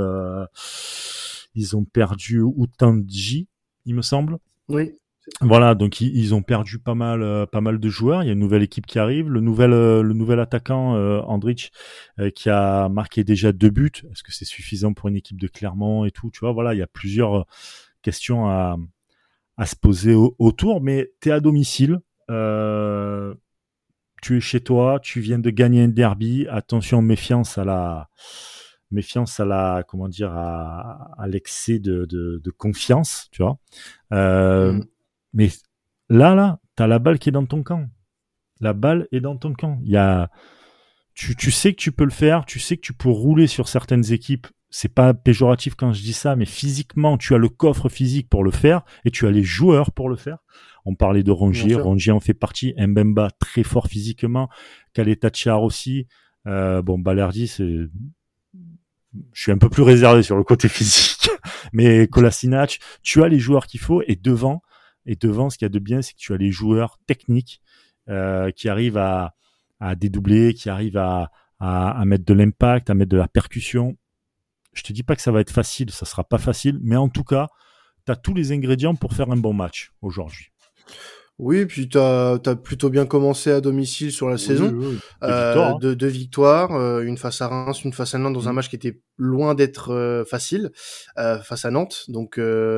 Utanji, il me semble. Oui. Voilà, donc ils ont perdu pas mal de joueurs. Il y a une nouvelle équipe qui arrive. Le nouvel attaquant Andrich qui a marqué déjà 2 buts. Est-ce que c'est suffisant pour une équipe de Clermont et tout? Tu vois, voilà, il y a plusieurs questions à se poser autour. Mais t'es à domicile, tu es chez toi, tu viens de gagner un derby. Attention, méfiance à la comment dire à l'excès de confiance, tu vois. Mais là, t'as la balle qui est dans ton camp. La balle est dans ton camp. Tu sais que tu peux le faire, tu sais que tu peux rouler sur certaines équipes. C'est pas péjoratif quand je dis ça, mais physiquement, tu as le coffre physique pour le faire et tu as les joueurs pour le faire. On parlait de Rongier, Rongier en fait partie. Mbemba, très fort physiquement. Kaletachar aussi. Balerdi, je suis un peu plus réservé sur le côté physique. Mais Kolasinac, tu as les joueurs qu'il faut et devant, ce qu'il y a de bien, c'est que tu as les joueurs techniques qui arrivent à dédoubler, qui arrivent à mettre de l'impact, à mettre de la percussion. Je te dis pas que ça va être facile, ça sera pas facile, mais en tout cas, tu as tous les ingrédients pour faire un bon match aujourd'hui. Oui, puis t'as plutôt bien commencé à domicile sur la saison. Oui. Deux victoires, une face à Reims, une face à Nantes dans un match qui était loin d'être facile, face à Nantes. Donc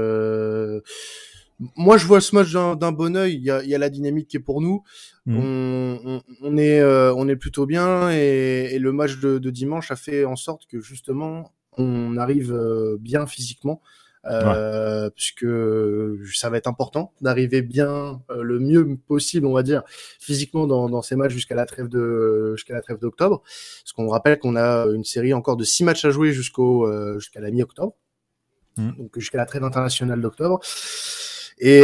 moi je vois ce match d'un bon œil. Il y a la dynamique qui est pour nous. On est plutôt bien et le match de dimanche a fait en sorte que justement on arrive bien physiquement. Puisque ça va être important d'arriver bien le mieux possible, on va dire, physiquement dans ces matchs jusqu'à la trêve d'octobre. Parce qu'on rappelle qu'on a une série encore de 6 matchs à jouer jusqu'à la mi-octobre. Donc jusqu'à la trêve internationale d'octobre. Et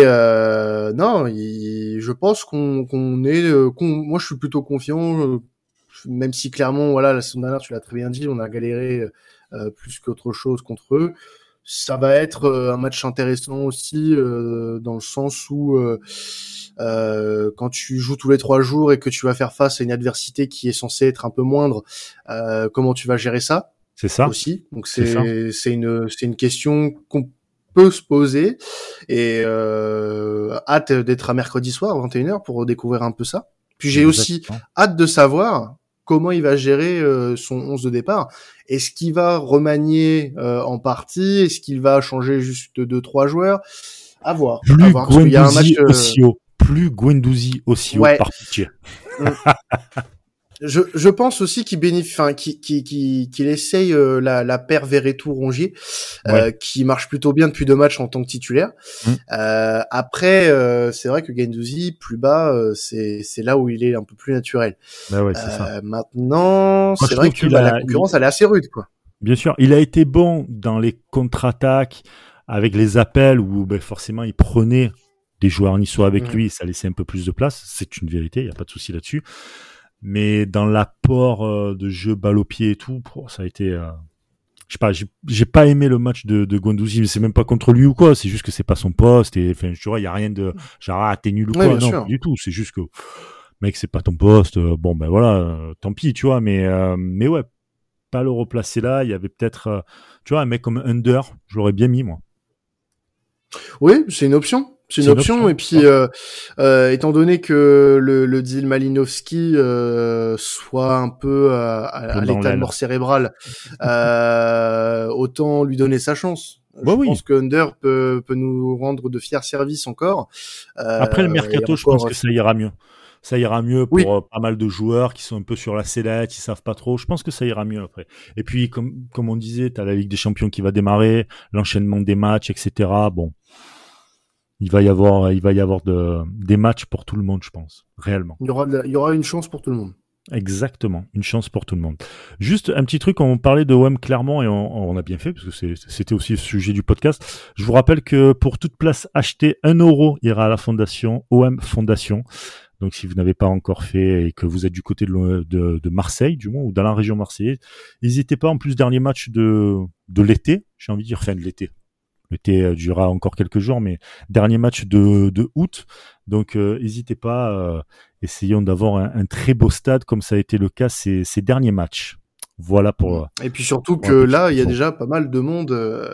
je pense moi je suis plutôt confiant, même si clairement, voilà, la saison dernière, tu l'as très bien dit, on a galéré plus qu'autre chose contre eux. Ça va être un match intéressant aussi dans le sens où quand tu joues tous les 3 jours et que tu vas faire face à une adversité qui est censée être un peu moindre, comment tu vas gérer ça? C'est ça aussi. Donc c'est une question qu'on peut se poser et hâte d'être à mercredi soir 21h pour découvrir un peu ça. Puis j'ai aussi hâte de savoir comment il va gérer son 11 de départ. Est-ce qu'il va remanier en partie? Est-ce qu'il va changer juste 2-3 joueurs? À voir. Parce qu'il y a un match plus Guendouzi aussi par pitié. Je pense aussi qu'il bénéficie, enfin, qu'il essaye la paire Verretou-Rongier, qui marche plutôt bien depuis 2 matchs en tant que titulaire. Après, c'est vrai que Guendouzi, plus bas, c'est là où il est un peu plus naturel. Bah ouais, c'est ça. Maintenant, Moi, c'est vrai que la concurrence, elle est assez rude, quoi. Bien sûr, il a été bon dans les contre-attaques, avec les appels où forcément il prenait des joueurs niçois avec lui et ça laissait un peu plus de place. C'est une vérité, il n'y a pas de souci là-dessus. Mais dans l'apport de jeu balle au pied et tout, ça a été... je sais pas, j'ai pas aimé le match de Guendouzi, mais c'est même pas contre lui ou quoi, c'est juste que c'est pas son poste, et enfin, tu vois, il y a rien de... genre, t'es nul ou quoi, non, pas du tout, c'est juste que, mec, c'est pas ton poste, bon, ben voilà, tant pis, tu vois, mais ouais, pas le replacer là, il y avait peut-être, tu vois, un mec comme Under, je l'aurais bien mis, moi. Oui, c'est une option. C'est une option. Et puis, étant donné que le deal Malinowski soit un peu à l'état de mort cérébrale, autant lui donner sa chance. Je pense que Under peut nous rendre de fiers services encore. Après le mercato, je pense que ça ira mieux. Ça ira mieux pour pas mal de joueurs qui sont un peu sur la sellette, qui savent pas trop. Je pense que ça ira mieux après. Et puis, comme on disait, t'as la Ligue des Champions qui va démarrer, l'enchaînement des matchs, etc. Bon. Il va y avoir des matchs pour tout le monde, je pense, réellement. Il y aura une chance pour tout le monde. Exactement, une chance pour tout le monde. Juste un petit truc, on parlait de OM Clermont et on a bien fait parce que c'était aussi le sujet du podcast. Je vous rappelle que pour toute place achetée, 1 € ira à la fondation OM Fondation. Donc si vous n'avez pas encore fait et que vous êtes du côté de Marseille, du moins, ou dans la région marseillaise, n'hésitez pas, en plus, dernier match de l'été, j'ai envie de dire fin de l'été. L'été durera encore quelques jours, mais dernier match de août. Donc, n'hésitez pas. Essayons d'avoir un très beau stade, comme ça a été le cas ces derniers matchs. Voilà pour. Et puis surtout que là, il y a déjà pas mal de monde,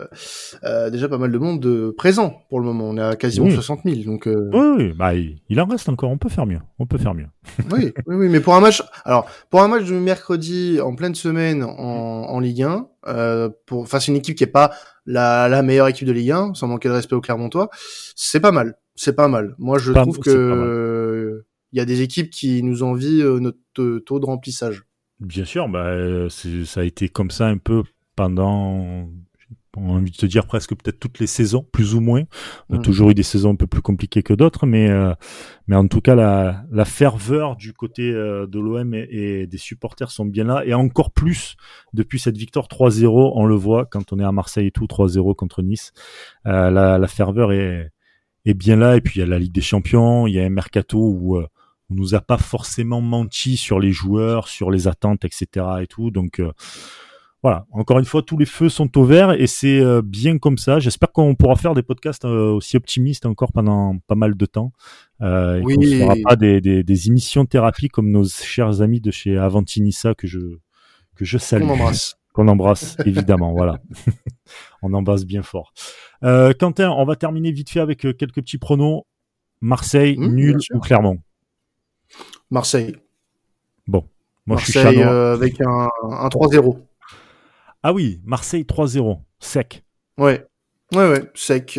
présent pour le moment. On est à quasiment 60 000. Donc. Oui, bah il en reste encore. On peut faire mieux. oui, mais pour un match de mercredi en pleine semaine en Ligue 1, face à une équipe qui est pas la meilleure équipe de Ligue 1, sans manquer de respect aux Clermontois, c'est pas mal. Moi, je trouve que il y a des équipes qui nous envient notre taux de remplissage. Bien sûr, ça a été comme ça un peu pendant, on a envie de te dire presque peut-être toutes les saisons, plus ou moins. On a toujours eu des saisons un peu plus compliquées que d'autres, mais en tout cas la ferveur du côté de l'OM et des supporters sont bien là, et encore plus depuis cette victoire 3-0. On le voit quand on est à Marseille et tout, 3-0 contre Nice. La ferveur est bien là, et puis il y a la Ligue des Champions, il y a un mercato où on nous a pas forcément menti sur les joueurs, sur les attentes, etc. et tout. Donc voilà, encore une fois, tous les feux sont au vert et c'est bien comme ça. J'espère qu'on pourra faire des podcasts aussi optimistes encore pendant pas mal de temps. Et qu'on ne fera pas des émissions thérapie comme nos chers amis de chez Avantinissa que je salue. Qu'on embrasse, évidemment, voilà. On embrasse bien fort. Quentin, on va terminer vite fait avec quelques petits pronos. Marseille, nul ou Clermont? Marseille. Bon, moi Marseille, je suis chanois. avec un 3-0. Ah oui, Marseille 3-0, sec. Ouais, sec.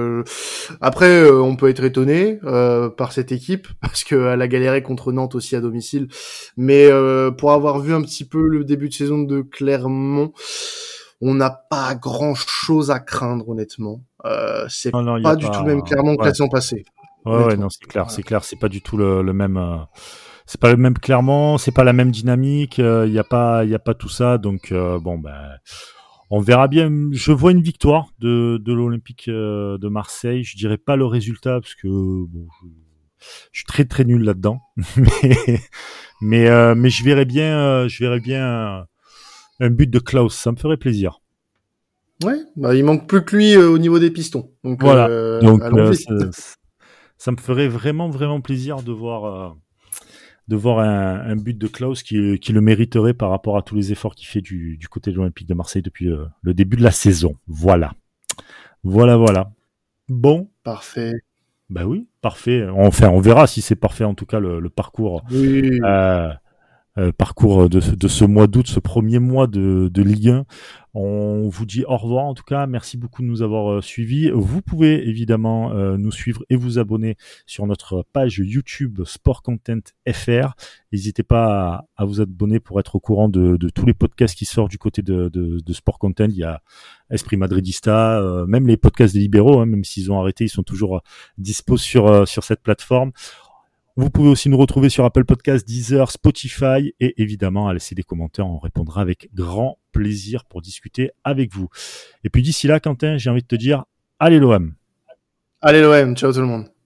Après, on peut être étonné par cette équipe parce qu'elle a galéré contre Nantes aussi à domicile. Mais pour avoir vu un petit peu le début de saison de Clermont, on n'a pas grand-chose à craindre, honnêtement. C'est pas du tout le même Clermont que la saison passée. Ouais, non, c'est clair, c'est pas du tout le même. C'est pas le même Clermont, c'est pas la même dynamique. Il y a pas tout ça, donc on verra bien. Je vois une victoire de l'Olympique de Marseille. Je dirais pas le résultat parce que je suis très très nul là-dedans, mais je verrais bien un but de Klaus. Ça me ferait plaisir. Ouais, il manque plus que lui au niveau des pistons. Donc voilà. Ça me ferait vraiment vraiment plaisir de voir un but de Klaus qui le mériterait par rapport à tous les efforts qu'il fait du côté de l'Olympique de Marseille depuis le début de la saison. Voilà. Bon. Parfait. Bah oui, parfait. Enfin, on verra si c'est parfait, en tout cas, le parcours. Oui. parcours de ce mois d'août, ce premier mois de Ligue 1. On vous dit au revoir en tout cas. Merci beaucoup de nous avoir suivis. Vous pouvez évidemment nous suivre et vous abonner sur notre page YouTube Sport Content FR. N'hésitez pas à vous abonner pour être au courant de tous les podcasts qui sortent du côté de Sport Content. Il y a Esprit Madridista, même les podcasts des libéraux, hein, même s'ils ont arrêté, ils sont toujours dispo sur cette plateforme. Vous pouvez aussi nous retrouver sur Apple Podcasts, Deezer, Spotify et évidemment à laisser des commentaires. On répondra avec grand plaisir pour discuter avec vous. Et puis d'ici là, Quentin, j'ai envie de te dire, allez l'OM. Allez l'OM, ciao tout le monde.